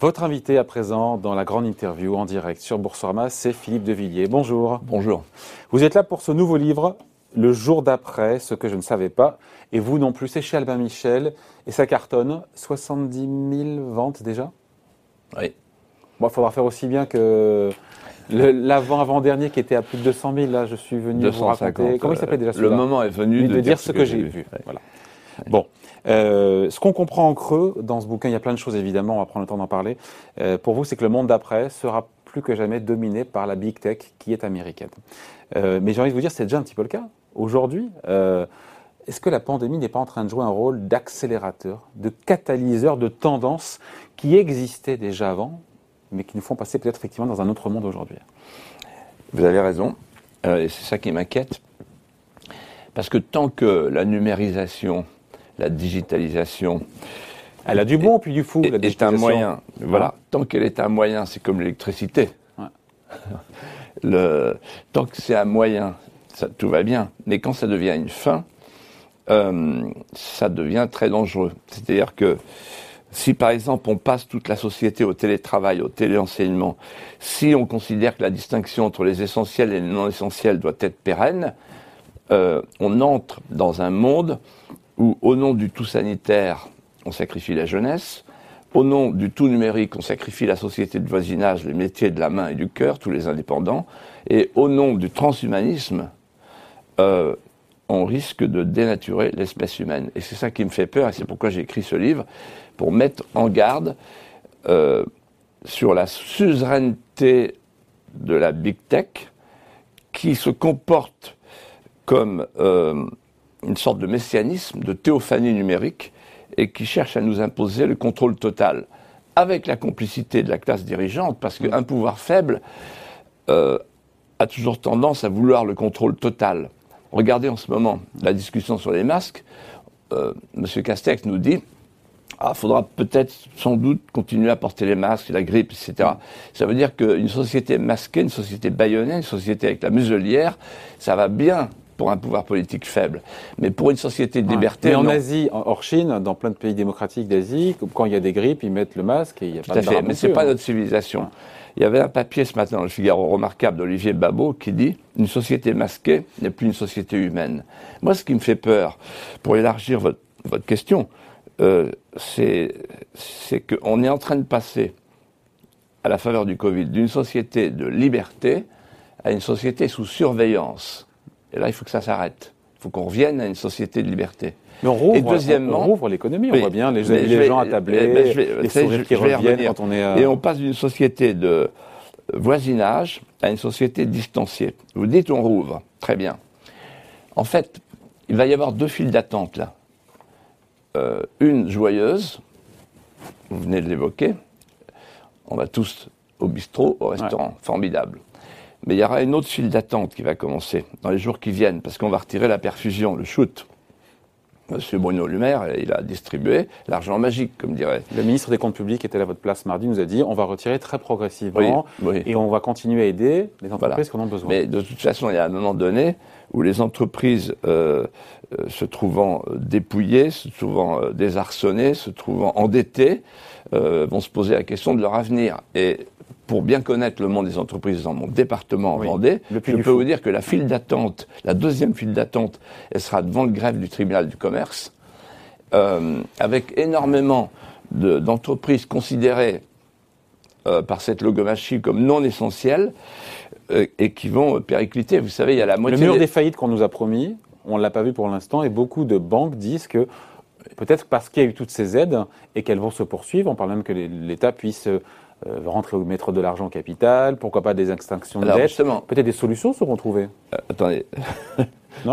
Votre invité à présent dans la grande interview en direct sur Boursorama, c'est Philippe Devilliers. Bonjour. Bonjour. Vous êtes là pour ce nouveau livre, Le jour d'après, ce que je ne savais pas. Et vous non plus, c'est chez Albin Michel. Et ça cartonne, 70 000 ventes déjà. Oui. Bon, il faudra faire aussi bien que l'avant-dernier qui était à plus de 200 000. Là, je suis venu 250, vous raconter. Comment il s'appelait déjà celui-là ? Le moment est venu de dire ce que j'ai vu. Ouais. Voilà. Ouais. Bon. Ce qu'on comprend en creux dans ce bouquin, il y a plein de choses évidemment, on va prendre le temps d'en parler. Pour vous, c'est que le monde d'après sera plus que jamais dominé par la big tech qui est américaine. Mais j'ai envie de vous dire, c'est déjà un petit peu le cas. Aujourd'hui, est-ce que la pandémie n'est pas en train de jouer un rôle d'accélérateur, de catalyseur de tendances qui existaient déjà avant, mais qui nous font passer peut-être effectivement dans un autre monde aujourd'hui ? Vous avez raison, et c'est ça qui m'inquiète. Parce que tant que la numérisation, la digitalisation... Elle a du bon puis du fou, la digitalisation. Est un moyen. Voilà. Tant qu'elle est un moyen, c'est comme l'électricité. Ouais. Tant que c'est un moyen, tout va bien. Mais quand ça devient une fin, ça devient très dangereux. C'est-à-dire que si, par exemple, on passe toute la société au télétravail, au téléenseignement, si on considère que la distinction entre les essentiels et les non-essentiels doit être pérenne, on entre dans un monde où, au nom du tout sanitaire, on sacrifie la jeunesse, au nom du tout numérique, on sacrifie la société de voisinage, les métiers de la main et du cœur, tous les indépendants, et au nom du transhumanisme, on risque de dénaturer l'espèce humaine. Et c'est ça qui me fait peur, et c'est pourquoi j'ai écrit ce livre, pour mettre en garde sur la suzeraineté de la big tech, qui se comporte comme une sorte de messianisme, de théophanie numérique, et qui cherche à nous imposer le contrôle total, avec la complicité de la classe dirigeante, parce qu'un pouvoir faible a toujours tendance à vouloir le contrôle total. Regardez en ce moment la discussion sur les masques. M. Castex nous dit « faudra peut-être, sans doute, continuer à porter les masques, la grippe, etc. » Ça veut dire qu'une société masquée, une société bâillonnée, une société avec la muselière, ça va bien pour un pouvoir politique faible. Mais pour une société de liberté... Mais en Asie, hors Chine, dans plein de pays démocratiques d'Asie, quand il y a des grippes, ils mettent le masque et il n'y a pas de drame. Mais ce n'est pas notre civilisation. Il y avait un papier ce matin dans le Figaro remarquable d'Olivier Babot qui dit « Une société masquée n'est plus une société humaine ». Moi, ce qui me fait peur, pour élargir votre question, c'est qu'on est en train de passer, à la faveur du Covid, d'une société de liberté à une société sous surveillance. Et là, il faut que ça s'arrête. Il faut qu'on revienne à une société de liberté. Mais on rouvre l'économie, on voit bien les gens attablés, les sourires qui reviennent quand on est... Et on passe d'une société de voisinage à une société distanciée. Vous dites on rouvre, très bien. En fait, il va y avoir deux files d'attente là. Une joyeuse, vous venez de l'évoquer, on va tous au bistrot, au restaurant, formidable. Mais il y aura une autre file d'attente qui va commencer dans les jours qui viennent, parce qu'on va retirer la perfusion, le shoot. Monsieur Bruno Le Maire, il a distribué l'argent magique, comme dirait. Le ministre des Comptes publics était à votre place mardi, nous a dit on va retirer très progressivement et on va continuer à aider les entreprises qui en ont besoin. Mais de toute façon, il y a un moment donné où les entreprises se trouvant dépouillées, se trouvant désarçonnées, se trouvant endettées, vont se poser la question de leur avenir. Et pour bien connaître le monde des entreprises dans mon département en Vendée, je peux vous dire que la file d'attente, la deuxième file d'attente, elle sera devant le greffe du tribunal du commerce, avec énormément d'entreprises considérées par cette logomachie comme non essentielles et qui vont péricliter. Vous savez, il y a la moitié... Le mur des faillites qu'on nous a promis, on ne l'a pas vu pour l'instant, et beaucoup de banques disent que peut-être parce qu'il y a eu toutes ces aides et qu'elles vont se poursuivre, on parle même que l'État puisse... mettre de l'argent au capital, pourquoi pas des extinctions de dette. Peut-être des solutions seront trouvées. Attendez, non ?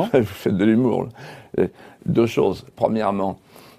Vous faites de l'humour. Deux choses. Premièrement,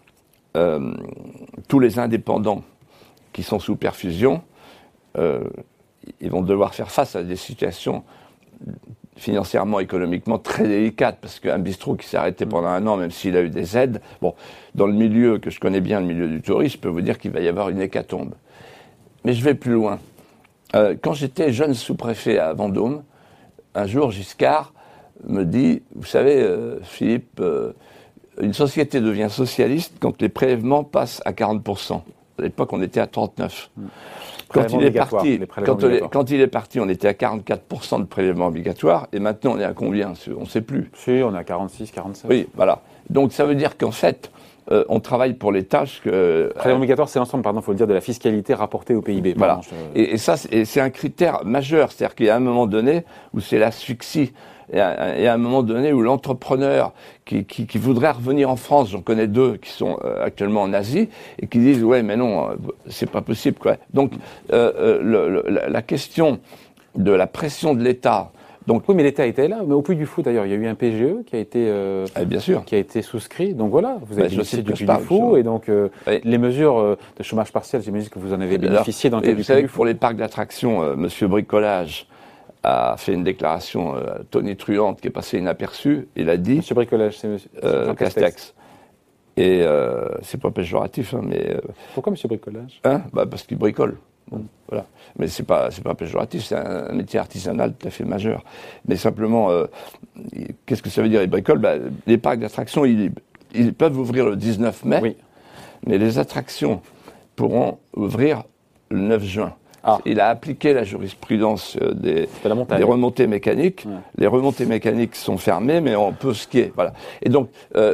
tous les indépendants qui sont sous perfusion, ils vont devoir faire face à des situations financièrement, économiquement très délicates, parce qu'un bistrot qui s'est arrêté pendant un an, même s'il a eu des aides, dans le milieu que je connais bien, le milieu du tourisme, je peux vous dire qu'il va y avoir une hécatombe. Mais je vais plus loin. Quand j'étais jeune sous-préfet à Vendôme, un jour, Giscard me dit, vous savez, Philippe, une société devient socialiste quand les prélèvements passent à 40%. À l'époque, on était à 39. Quand il est parti, on était à 44% de prélèvements obligatoires, et maintenant on est à combien? On ne sait plus. Si, on est à 46, 47. Oui, voilà. Donc ça veut dire qu'en fait, on travaille pour les tâches que... Prélèvement obligatoire, c'est l'ensemble, faut le dire, de la fiscalité rapportée au PIB. Voilà. Et ça, c'est un critère majeur. C'est-à-dire qu'il y a un moment donné où c'est l'asphyxie. Et à un moment donné où l'entrepreneur qui voudrait revenir en France, j'en connais 2 qui sont actuellement en Asie, et qui disent « ouais, mais non, c'est pas possible, quoi ». Donc, la question de la pression de l'État... Donc, oui, mais l'État était là. Mais au Puy du Fou, d'ailleurs, il y a eu un PGE qui a été, bien sûr, qui a été souscrit. Donc voilà, vous avez bénéficié du Puy du Fou. Justement. Et donc, les mesures de chômage partiel, j'imagine que vous en avez bénéficié dans le cadre du Puy du Fou. Vous savez que pour les parcs d'attractions, Monsieur Bricolage a fait une déclaration tonitruante qui est passée inaperçue. Il a dit... Monsieur Bricolage, c'est Monsieur Castex. Et c'est pas péjoratif, hein, mais... Pourquoi Monsieur Bricolage? Parce qu'il bricole. Bon, voilà. Mais c'est pas péjoratif, c'est un métier artisanal tout à fait majeur. Mais simplement, qu'est-ce que ça veut dire, il bricole? Les parcs d'attractions, ils peuvent ouvrir le 19 mai, oui. Mais les attractions pourront ouvrir le 9 juin. Il a appliqué la jurisprudence des remontées mécaniques. Ouais. Les remontées mécaniques sont fermées, mais on peut skier. Voilà. Et donc,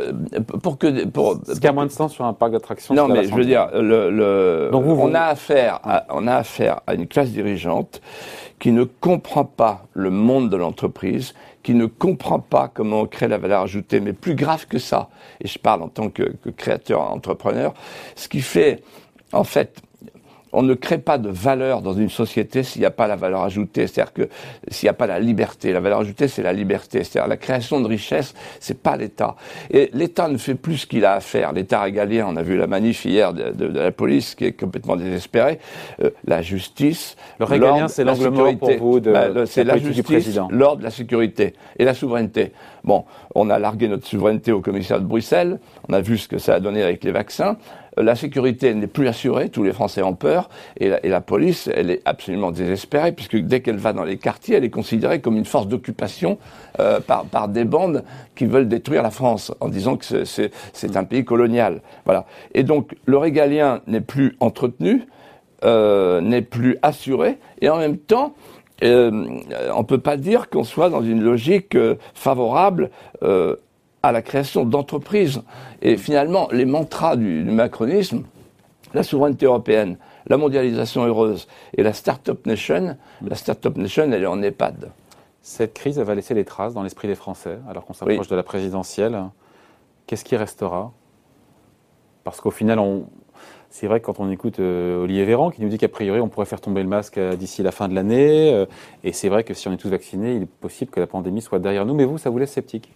ce qui a moins de sens sur un parc d'attractions. Non, mais je veux dire, donc on a affaire à une classe dirigeante qui ne comprend pas le monde de l'entreprise, qui ne comprend pas comment on crée la valeur ajoutée, mais plus grave que ça. Et je parle en tant que créateur, entrepreneur. Ce qui fait, en fait, on ne crée pas de valeur dans une société s'il n'y a pas la valeur ajoutée, c'est-à-dire que s'il n'y a pas la liberté. La valeur ajoutée, c'est la liberté, c'est-à-dire la création de richesse, c'est pas l'État. Et l'État ne fait plus ce qu'il a à faire. L'État régalien, on a vu la manif hier de la police qui est complètement désespérée. La justice, le régalien, c'est l'angle mort pour vous c'est la justice, l'ordre, la sécurité et la souveraineté. Bon, on a largué notre souveraineté au commissaire de Bruxelles. On a vu ce que ça a donné avec les vaccins. La sécurité n'est plus assurée, tous les Français ont peur, et la police, elle est absolument désespérée, puisque dès qu'elle va dans les quartiers, elle est considérée comme une force d'occupation par des bandes qui veulent détruire la France, en disant que c'est un pays colonial. Voilà. Et donc, le régalien n'est plus entretenu, n'est plus assuré, et en même temps, on ne peut pas dire qu'on soit dans une logique favorable à la création d'entreprises. Et finalement, les mantras du macronisme, la souveraineté européenne, la mondialisation heureuse et la Start-up Nation, elle est en EHPAD. Cette crise, elle va laisser des traces dans l'esprit des Français, alors qu'on s'approche de la présidentielle. Qu'est-ce qui restera? Parce qu'au final, c'est vrai que quand on écoute Olivier Véran, qui nous dit qu'a priori, on pourrait faire tomber le masque d'ici la fin de l'année, et c'est vrai que si on est tous vaccinés, il est possible que la pandémie soit derrière nous, mais vous, ça vous laisse sceptique?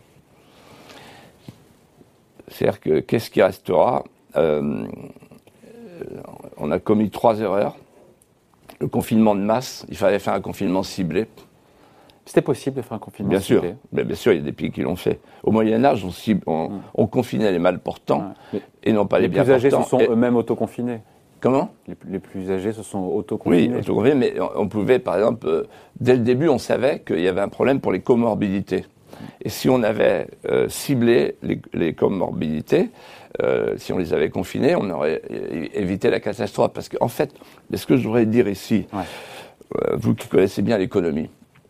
C'est-à-dire que qu'est-ce qui restera? On a commis 3 erreurs. Le confinement de masse, il fallait faire un confinement ciblé. C'était possible de faire un confinement ciblé? Bien sûr, il y a des pays qui l'ont fait. Au Moyen-Âge, on confinait les mal portants et non pas les bien portants. Les plus âgés se sont eux-mêmes autoconfinés. Comment? Les plus âgés se sont autoconfinés. Oui, autoconfinés, mais on pouvait, par exemple, dès le début, on savait qu'il y avait un problème pour les comorbidités. Et si on avait ciblé les comorbidités, si on les avait confinés, on aurait évité la catastrophe. Parce qu'en fait, ce que je voudrais dire ici, vous qui connaissez bien l'économie,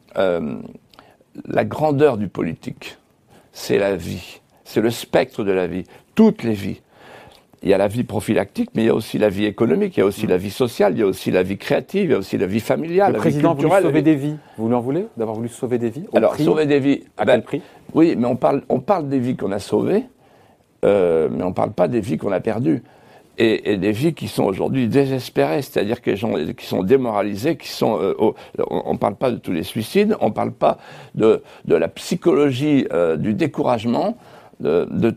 la grandeur du politique, c'est la vie. C'est le spectre de la vie. Toutes les vies. Il y a la vie prophylactique, mais il y a aussi la vie économique, il y a aussi la vie sociale, il y a aussi la vie créative, il y a aussi la vie familiale, la vie culturelle. Le président a voulu sauver des vies. Vous lui en voulez d'avoir voulu sauver des vies? Alors, sauver des vies. À quel prix? Oui, mais on parle des vies qu'on a sauvées, mais on ne parle pas des vies qu'on a perdues. Et des vies qui sont aujourd'hui désespérées, c'est-à-dire que les gens qui sont démoralisés, on ne parle pas de tous les suicides, on ne parle pas de la psychologie du découragement. Si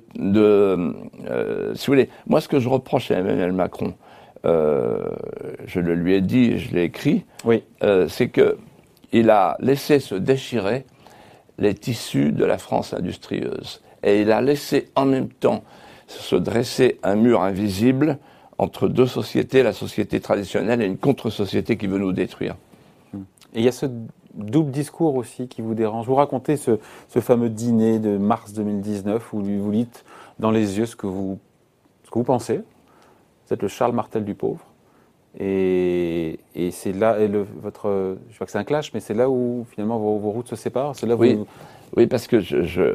vous voulez, moi ce que je reproche à Emmanuel Macron, je le lui ai dit, je l'ai écrit, c'est qu'il a laissé se déchirer les tissus de la France industrieuse. Et il a laissé en même temps se dresser un mur invisible entre 2 sociétés, la société traditionnelle et une contre-société qui veut nous détruire. Et il y a ce double discours aussi qui vous dérange. Vous racontez ce fameux dîner de mars 2019 où vous dites dans les yeux ce que vous pensez, Vous êtes le Charles Martel du pauvre. Et c'est là, je vois que c'est un clash, mais c'est là où finalement vos routes se séparent. C'est là où oui, parce que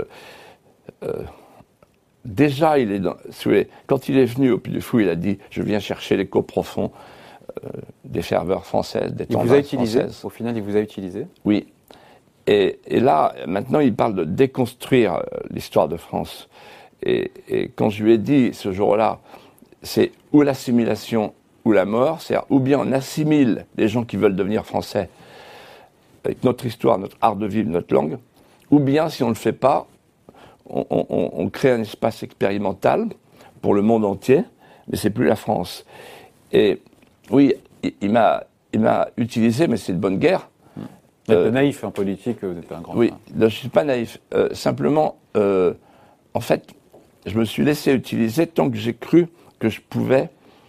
déjà, quand il est venu au Puy du Fou, il a dit « Je viens chercher l'écho profond des ferveurs françaises, des tendresses françaises. » Au final, il vous a utilisé. Oui. Et là, maintenant, il parle de déconstruire l'histoire de France. Et quand je lui ai dit ce jour-là, c'est ou l'assimilation ou la mort, c'est-à-dire ou bien on assimile les gens qui veulent devenir français avec notre histoire, notre art de vivre, notre langue, ou bien si on ne le fait pas, on crée un espace expérimental pour le monde entier, mais c'est plus la France. Et oui, il m'a utilisé, mais c'est de bonne guerre. Vous êtes naïf en politique, vous êtes un grand... Oui, je ne suis pas naïf. Simplement, en fait, je me suis laissé utiliser tant que j'ai cru que je pouvais...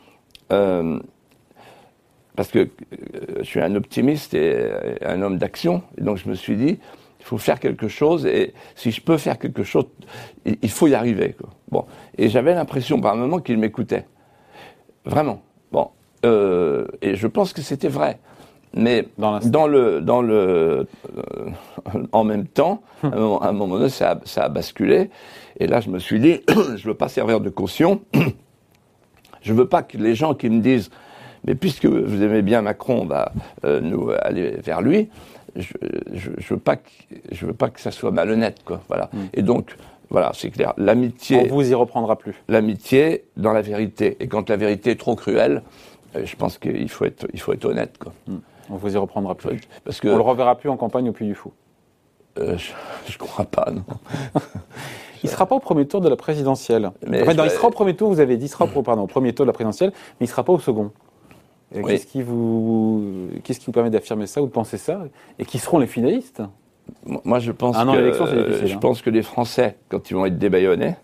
parce que je suis un optimiste et un homme d'action, et donc je me suis dit, il faut faire quelque chose, et si je peux faire quelque chose, il faut y arriver, quoi. Bon. Et j'avais l'impression par un moment qu'il m'écoutait. Vraiment. Bon. Et je pense que c'était vrai. Mais en même temps, à un moment donné, ça a basculé. Et là, je me suis dit, je ne veux pas servir de caution. Je ne veux pas que les gens qui me disent, mais puisque vous aimez bien Macron, on va nous aller vers lui. Je veux pas que ça soit malhonnête, quoi. Voilà. Et donc, voilà, c'est clair. L'amitié. On vous y reprendra plus. L'amitié dans la vérité. Et quand la vérité est trop cruelle, je pense qu'il faut être honnête, quoi. On vous y reprendra plus. Parce que on le reverra plus en campagne au Puy du Fou. Je crois pas, non. Il sera pas au premier tour de la présidentielle. Il sera au premier tour. Vous avez dit, au premier tour de la présidentielle, mais il sera pas au second. Oui. Qu'est-ce qui vous permet d'affirmer ça ou de penser ça? Et qui seront les finalistes? Moi, je pense pense que les Français, quand ils vont être débaillonnés,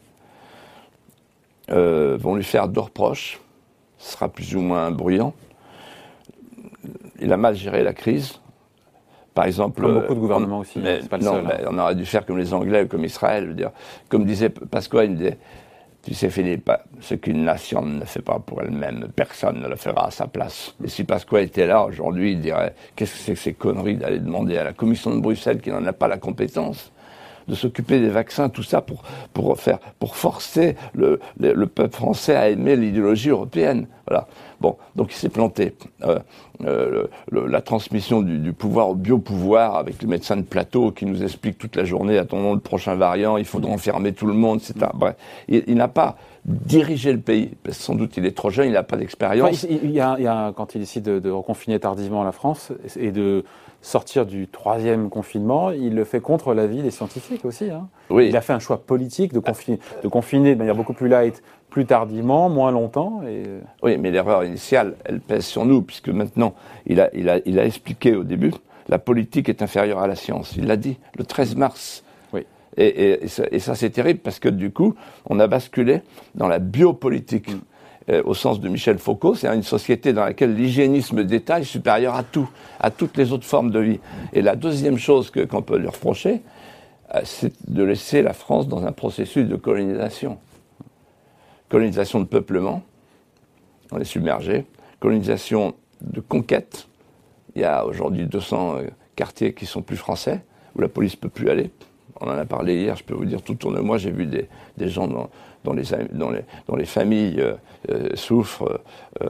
vont lui faire deux reproches. Ce sera plus ou moins bruyant. Il a mal géré la crise. Par exemple, comme beaucoup de gouvernements aussi, c'est pas le seul. On aurait dû faire comme les Anglais ou comme Israël. Je veux dire, comme disait Pasqua, il disait, tu sais Philippe, ce qu'une nation ne fait pas pour elle-même, personne ne le fera à sa place. Et si Pasqua était là aujourd'hui, il dirait, qu'est-ce que c'est que ces conneries d'aller demander à la Commission de Bruxelles, qui n'en a pas la compétence, de s'occuper des vaccins, tout ça pour forcer le peuple français à aimer l'idéologie européenne. Voilà. Bon, donc il s'est planté. La transmission du pouvoir au biopouvoir avec les médecins de plateau qui nous expliquent toute la journée, attendons le prochain variant, il faudra enfermer tout le monde, etc. Bref, il n'a pas dirigé le pays. Parce que sans doute il est trop jeune, il n'a pas d'expérience. Enfin, quand il décide de reconfiner tardivement la France et de sortir du troisième confinement, il le fait contre l'avis des scientifiques aussi. Hein. Oui. Il a fait un choix politique de confiner de manière beaucoup plus light, plus tardivement, moins longtemps. Oui, mais l'erreur initiale, elle pèse sur nous, puisque maintenant, il a expliqué au début, la politique est inférieure à la science. Il l'a dit le 13 mars. Oui. Et ça, c'est terrible, parce que du coup, on a basculé dans la biopolitique. Au sens de Michel Foucault, c'est une société dans laquelle l'hygiénisme d'État est supérieur à tout, à toutes les autres formes de vie. Et la deuxième chose qu'on peut lui reprocher, c'est de laisser la France dans un processus de colonisation. Colonisation de peuplement, on est submergé. Colonisation de conquête. Il y a aujourd'hui 200 quartiers qui sont plus français, où la police ne peut plus aller. On en a parlé hier, je peux vous dire, tout autour de moi, j'ai vu des gens dont les familles souffrent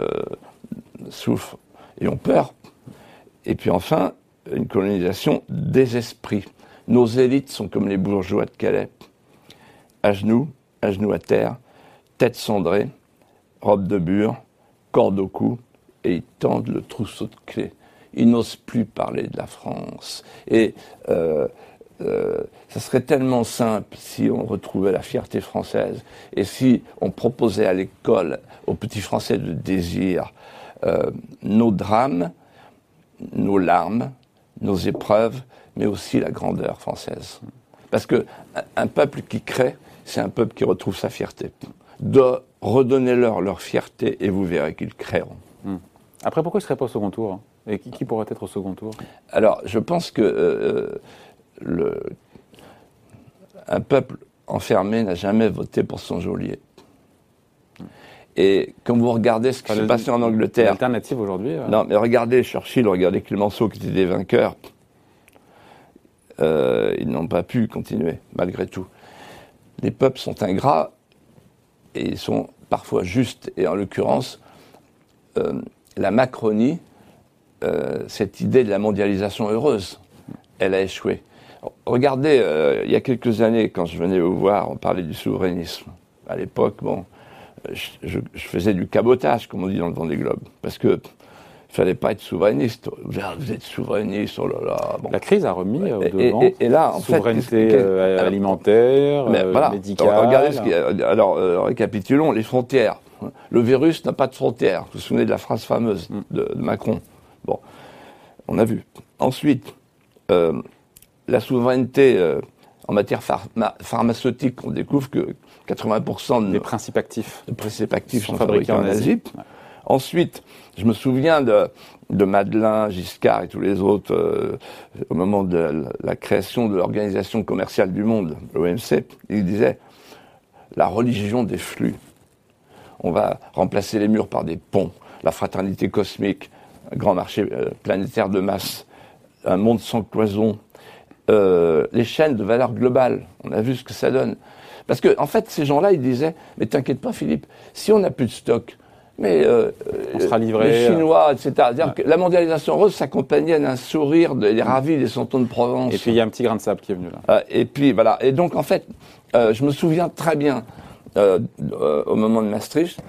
et ont peur. Et puis enfin, une colonisation des esprits. Nos élites sont comme les bourgeois de Calais, à genoux à terre, tête cendrée, robe de bure, corde au cou, et ils tendent le trousseau de clés. Ils n'osent plus parler de la France. Et ça serait tellement simple si on retrouvait la fierté française et si on proposait à l'école, aux petits Français de désir, nos drames, nos larmes, nos épreuves, mais aussi la grandeur française. Parce qu'un peuple qui crée, c'est un peuple qui retrouve sa fierté. Redonnez-leur leur fierté et vous verrez qu'ils créeront. Après, pourquoi il ne serait pas au second tour? Et qui pourrait être au second tour? Alors, je pense que un peuple enfermé n'a jamais voté pour son geôlier. Et quand vous regardez ce qui s'est passé en Angleterre... L'alternative aujourd'hui... Non, mais regardez Churchill, regardez Clemenceau qui étaient des vainqueurs. Ils n'ont pas pu continuer, malgré tout. Les peuples sont ingrats et ils sont parfois justes. Et en l'occurrence, la Macronie, cette idée de la mondialisation heureuse, elle a échoué. Regardez, il y a quelques années, quand je venais vous voir, on parlait du souverainisme. À l'époque, bon, je faisais du cabotage, comme on dit dans le Vendée Globe, parce que il fallait pas être souverainiste. Vous êtes souverainiste, oh là là. Bon. La crise a remis au devant. Et là, en souveraineté alimentaire, voilà, médicale. Regardez alors, récapitulons les frontières. Le virus n'a pas de frontières. Vous vous souvenez de la phrase fameuse de Macron. Bon, on a vu. Ensuite, la souveraineté en matière pharmaceutique, on découvre que 80% des principes actifs sont fabriqués en Asie. Ouais. Ensuite, je me souviens de Madeleine, Giscard et tous les autres, au moment de la création de l'Organisation commerciale du monde, l'OMC, ils disaient la religion des flux. On va remplacer les murs par des ponts, la fraternité cosmique, un grand marché planétaire de masse, un monde sans cloison, les chaînes de valeur globale. On a vu ce que ça donne. Parce que, en fait, ces gens-là, ils disaient, mais t'inquiète pas, Philippe, si on n'a plus de stock, mais on sera livré, les Chinois, etc. C'est-à-dire que la mondialisation heureuse s'accompagnait d'un sourire des ravis des Santons de Provence. Et puis il y a un petit grain de sable qui est venu là. Et puis voilà. Et donc en fait, je me souviens très bien au moment de Maastricht,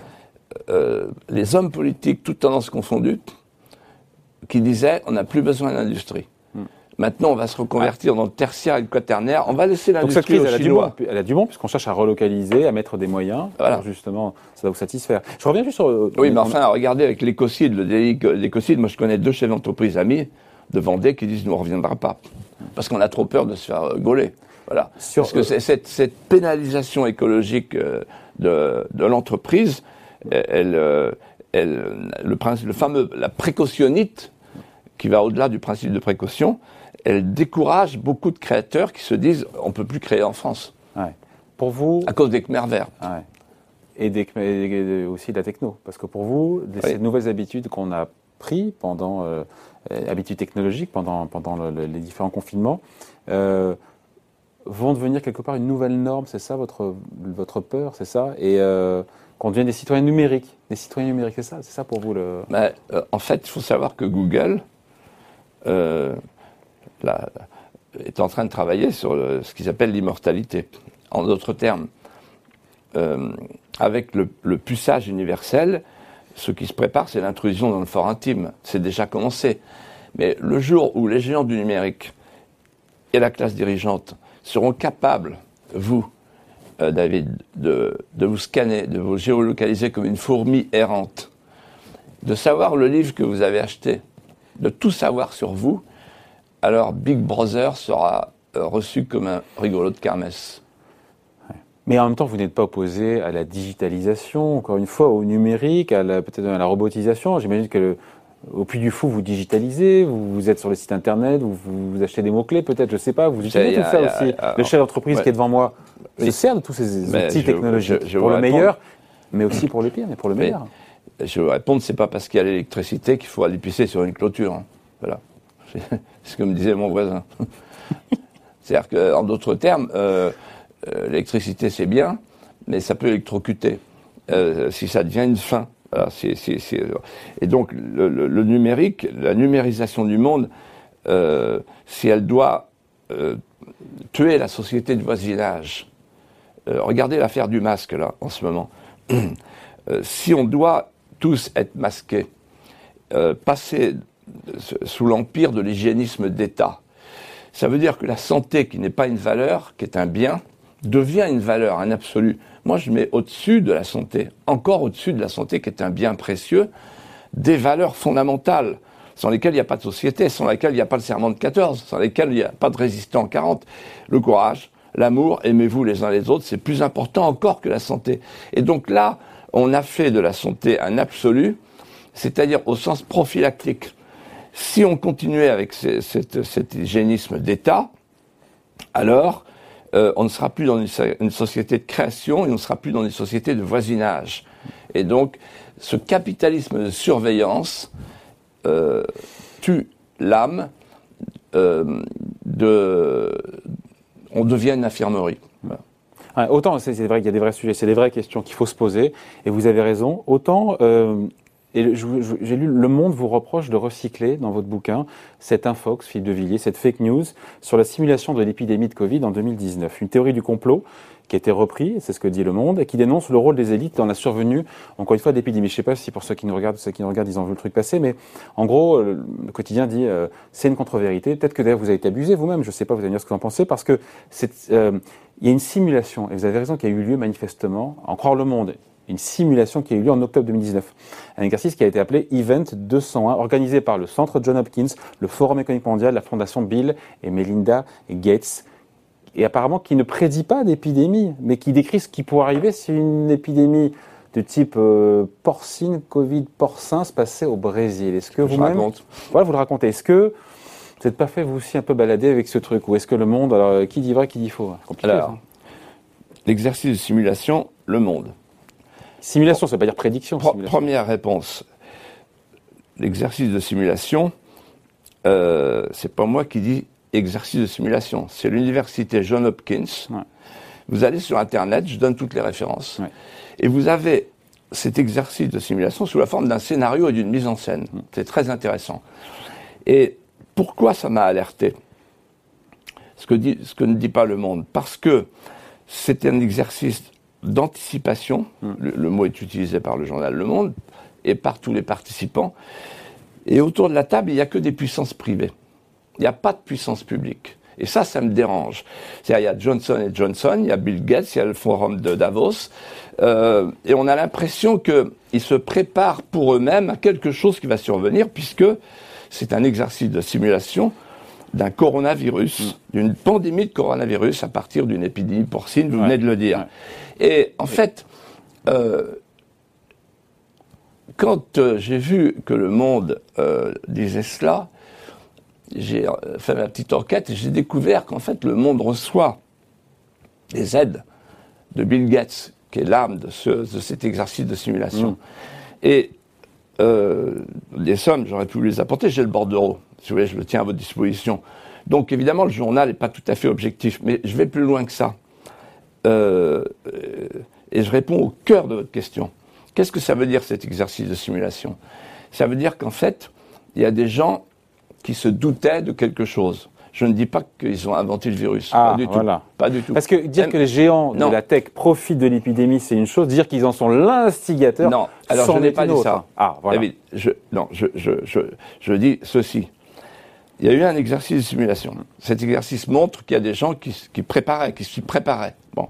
les hommes politiques, toutes tendances confondues, qui disaient on n'a plus besoin d'industrie. Maintenant, on va se reconvertir dans le tertiaire et le quaternaire. On va laisser l'industrie aux Chinois. Elle a du bon, puisqu'on cherche à relocaliser, à mettre des moyens. Voilà. Alors justement, ça va vous satisfaire. Je reviens juste sur... Oui, mais enfin, regardez, avec l'écocide, l'écocide, moi je connais 2 chefs d'entreprise amis de Vendée qui disent nous on ne reviendra pas. Parce qu'on a trop peur de se faire gauler. Voilà. Parce que cette pénalisation écologique de l'entreprise, la précautionnite, qui va au-delà du principe de précaution, elle décourage beaucoup de créateurs qui se disent on ne peut plus créer en France. Ouais. Pour vous... À cause des Khmer verts. Ouais. Et aussi de la techno. Parce que pour vous, ces nouvelles habitudes qu'on a prises pendant... habitudes technologiques pendant les différents confinements, vont devenir quelque part une nouvelle norme, c'est ça votre peur, c'est ça? Et qu'on devienne des citoyens numériques. Des citoyens numériques, c'est ça pour vous le... En fait, il faut savoir que Google... est en train de travailler sur ce qu'ils appellent l'immortalité. En d'autres termes, avec le puçage universel, ce qui se prépare, c'est l'intrusion dans le fort intime. C'est déjà commencé. Mais le jour où les géants du numérique et la classe dirigeante seront capables, vous, David, de vous scanner, de vous géolocaliser comme une fourmi errante, de savoir le livre que vous avez acheté, de tout savoir sur vous, alors Big Brother sera reçu comme un rigolo de kermesse. Mais en même temps, vous n'êtes pas opposé à la digitalisation, encore une fois, au numérique, peut-être à la robotisation. J'imagine que au Puy du Fou, vous digitalisez, vous êtes sur le site internet, vous achetez des mots-clés, peut-être, je ne sais pas, vous utilisez tout ça aussi. Le chef d'entreprise qui est devant moi se sert de tous ces outils technologiques pour le meilleur, mais aussi pour le pire, mais pour le meilleur. Je vais répondre, c'est pas parce qu'il y a l'électricité qu'il faut aller pisser sur une clôture. Hein. Voilà. C'est ce que me disait mon voisin. C'est-à-dire qu'en d'autres termes, l'électricité c'est bien, mais ça peut électrocuter si ça devient une fin. Voilà, Et donc le numérique, la numérisation du monde, si elle doit tuer la société de voisinage, regardez l'affaire du masque là en ce moment. Si on doit tous être masqués, passer sous l'empire de l'hygiénisme d'État, ça veut dire que la santé, qui n'est pas une valeur, qui est un bien, devient une valeur, un absolu. Moi, je mets au-dessus de la santé, encore au-dessus de la santé, qui est un bien précieux, des valeurs fondamentales, sans lesquelles il n'y a pas de société, sans lesquelles il n'y a pas le serment de 14, sans lesquelles il n'y a pas de résistant 40. Le courage, l'amour, aimez-vous les uns les autres, c'est plus important encore que la santé. Et donc là, on a fait de la santé un absolu, c'est-à-dire au sens prophylactique. Si on continuait avec cet hygiénisme d'État, alors on ne sera plus dans une société de création et on ne sera plus dans une société de voisinage. Et donc, ce capitalisme de surveillance tue l'âme. On devient une infirmerie. Voilà. Autant, c'est vrai qu'il y a des vrais sujets, c'est des vraies questions qu'il faut se poser, et vous avez raison. Autant, j'ai lu, Le Monde vous reproche de recycler dans votre bouquin cet infox, Philippe de Villiers, cette fake news sur la simulation de l'épidémie de Covid en 2019. Une théorie du complot qui a été reprise, c'est ce que dit Le Monde, et qui dénonce le rôle des élites dans la survenue, encore une fois, d'épidémies. Je ne sais pas si pour ceux qui nous regardent, ils ont vu le truc passer, mais en gros, le quotidien dit c'est une contre-vérité. Peut-être que d'ailleurs vous avez été abusé vous-même, je ne sais pas, vous allez me dire ce que vous en pensez, parce que il y a une simulation, et vous avez raison, qui a eu lieu manifestement, à en croire Le Monde, une simulation qui a eu lieu en octobre 2019. Un exercice qui a été appelé Event 201, organisé par le Centre Johns Hopkins, le Forum économique mondial, la Fondation Bill et Melinda Gates, et apparemment qui ne prédit pas d'épidémie, mais qui décrit ce qui pourrait arriver si une épidémie de type porcine, Covid porcin, se passait au Brésil. Est-ce que vous-même... Voilà, vous le racontez. Est-ce que vous n'êtes pas fait vous aussi un peu balader avec ce truc? Ou est-ce que Le Monde, alors qui dit vrai, qui dit faux? Compliqué, alors, l'exercice de simulation, Le Monde. Simulation, ça ne veut pas dire prédiction. Première réponse. L'exercice de simulation, c'est pas moi qui dis exercice de simulation. C'est l'université Johns Hopkins. Ouais. Vous allez sur Internet, je donne toutes les références. Ouais. Et vous avez cet exercice de simulation sous la forme d'un scénario et d'une mise en scène. C'est très intéressant. Et pourquoi ça m'a alerté? Ce que ne dit pas Le Monde. Parce que c'est un exercice d'anticipation, le mot est utilisé par le journal Le Monde, et par tous les participants. Et autour de la table, il n'y a que des puissances privées. Il n'y a pas de puissance publique. Et ça me dérange. C'est-à-dire, il y a Johnson & Johnson, il y a Bill Gates, il y a le forum de Davos, et on a l'impression qu'ils se préparent pour eux-mêmes à quelque chose qui va survenir, puisque c'est un exercice de simulation d'un coronavirus, d'une pandémie de coronavirus à partir d'une épidémie porcine, vous venez de le dire. Et en fait, quand j'ai vu que Le Monde disait cela, j'ai fait ma petite enquête et j'ai découvert qu'en fait Le Monde reçoit des aides de Bill Gates, qui est l'âme de cet exercice de simulation. Et des sommes, j'aurais pu les apporter, j'ai le bordereau, si vous voulez, je le tiens à votre disposition. Donc évidemment, le journal n'est pas tout à fait objectif, mais je vais plus loin que ça. Et je réponds au cœur de votre question. Qu'est-ce que ça veut dire cet exercice de simulation? Ça veut dire qu'en fait, il y a des gens qui se doutaient de quelque chose. Je ne dis pas qu'ils ont inventé le virus. Pas du tout. Pas du tout. Parce que dire que les géants de la tech profitent de l'épidémie, c'est une chose. Dire qu'ils en sont l'instigateur, non. Alors je n'ai pas dit ça. Voilà. Je dis ceci. Il y a eu un exercice de simulation. Cet exercice montre qu'il y a des gens qui s'y préparaient. Bon.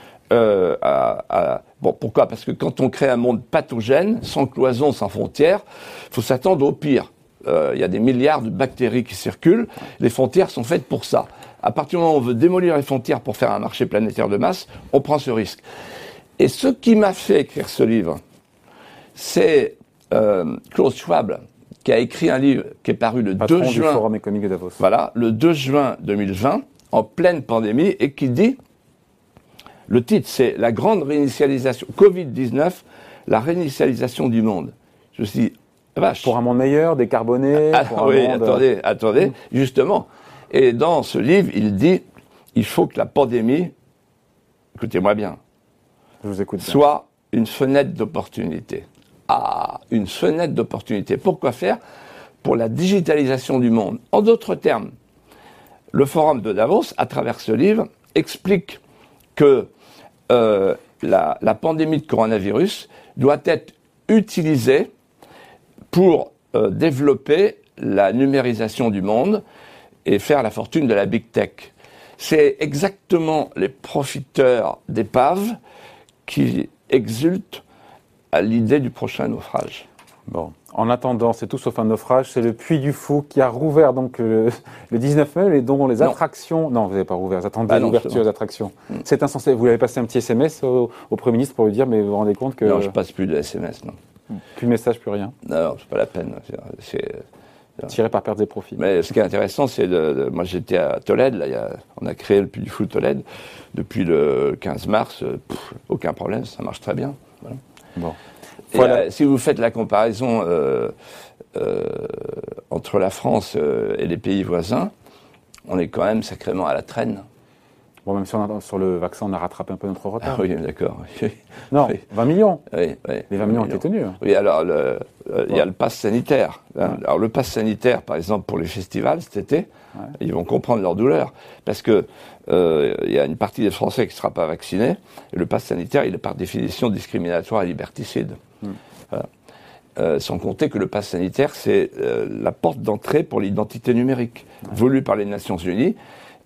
Pourquoi? Parce que quand on crée un monde pathogène, sans cloison, sans frontières, il faut s'attendre au pire. Il y a des milliards de bactéries qui circulent. Les frontières sont faites pour ça. À partir du moment où on veut démolir les frontières pour faire un marché planétaire de masse, on prend ce risque. Et ce qui m'a fait écrire ce livre, c'est Klaus Schwab, qui a écrit un livre qui est paru le 2 juin. Du Forum économique de Davos. Voilà, le 2 juin 2020, en pleine pandémie, et qui dit, le titre c'est La grande réinitialisation, Covid-19, la réinitialisation du monde. Je me suis dit, vache. Pour un monde meilleur, décarboné. Attendez, justement. Et dans ce livre, il dit, il faut que la pandémie, écoutez-moi bien, je vous écoute bien, soit une fenêtre d'opportunité. Une fenêtre d'opportunité. Pourquoi faire? Pour la digitalisation du monde. En d'autres termes, le Forum de Davos, à travers ce livre, explique que la pandémie de coronavirus doit être utilisée pour développer la numérisation du monde et faire la fortune de la big tech. C'est exactement les profiteurs d'épaves qui exultent à l'idée du prochain naufrage. Bon, en attendant, c'est tout sauf un naufrage, c'est le Puy du Fou qui a rouvert donc le 19 mai et dont les attractions... Non, vous n'avez pas rouvert, vous attendez l'ouverture des attractions. C'est insensé. Vous lui avez passé un petit SMS au Premier ministre pour lui dire, mais vous vous rendez compte que... Non, je passe plus de SMS, non. Plus de messages, plus rien. Non, c'est pas la peine. Tiré par perte des profits. Mais ce qui est intéressant, c'est moi j'étais à Tolède, là, on a créé le Puy du Fou de Tolède depuis le 15 mars, aucun problème, ça marche très bien. Voilà. Bon. Voilà. Si vous faites la comparaison entre la France et les pays voisins, on est quand même sacrément à la traîne. Bon, même si sur le vaccin, on a rattrapé un peu notre retard. Ah oui, d'accord. Non, Oui. 20 millions. Oui, oui, Les 20 millions ont été tenus. Oui, alors il y a le pass sanitaire. Alors le pass sanitaire, par exemple, pour les festivals cet été, ils vont comprendre leur douleur. Parce que il y a une partie des Français qui ne sera pas vaccinée. Et le pass sanitaire, il est par définition discriminatoire et liberticide. Voilà. Sans compter que le pass sanitaire, c'est la porte d'entrée pour l'identité numérique, voulue par les Nations Unies.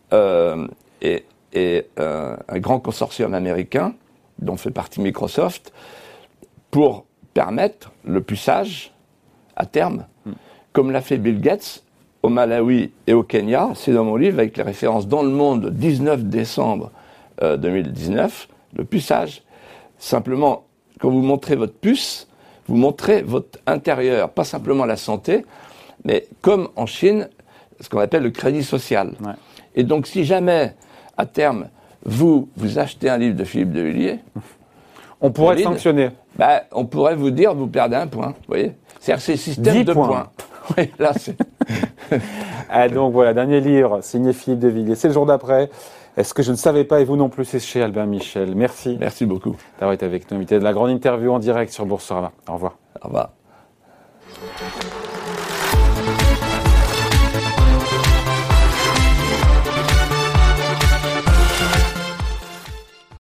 Et un grand consortium américain, dont fait partie Microsoft, pour permettre le puçage à terme, comme l'a fait Bill Gates au Malawi et au Kenya. C'est dans mon livre, avec les références dans Le Monde, 19 décembre 2019, le puçage. Simplement, quand vous montrez votre puce, vous montrez votre intérieur, pas simplement la santé, mais comme en Chine, ce qu'on appelle le crédit social. Ouais. Et donc, si jamais, à terme, vous achetez un livre de Philippe de Villiers, on pourrait être sanctionné. On pourrait vous dire, vous perdez un point. Vous voyez, c'est-à-dire c'est système de points. Oui, là, c'est... Donc voilà, dernier livre, signé Philippe de Villiers. C'est Le jour d'après. Est-ce que je ne savais pas, et vous non plus, c'est chez Albin Michel. Merci. Merci beaucoup d'avoir été avec nous, invité de la grande interview en direct sur Boursorama. Au revoir. Au revoir.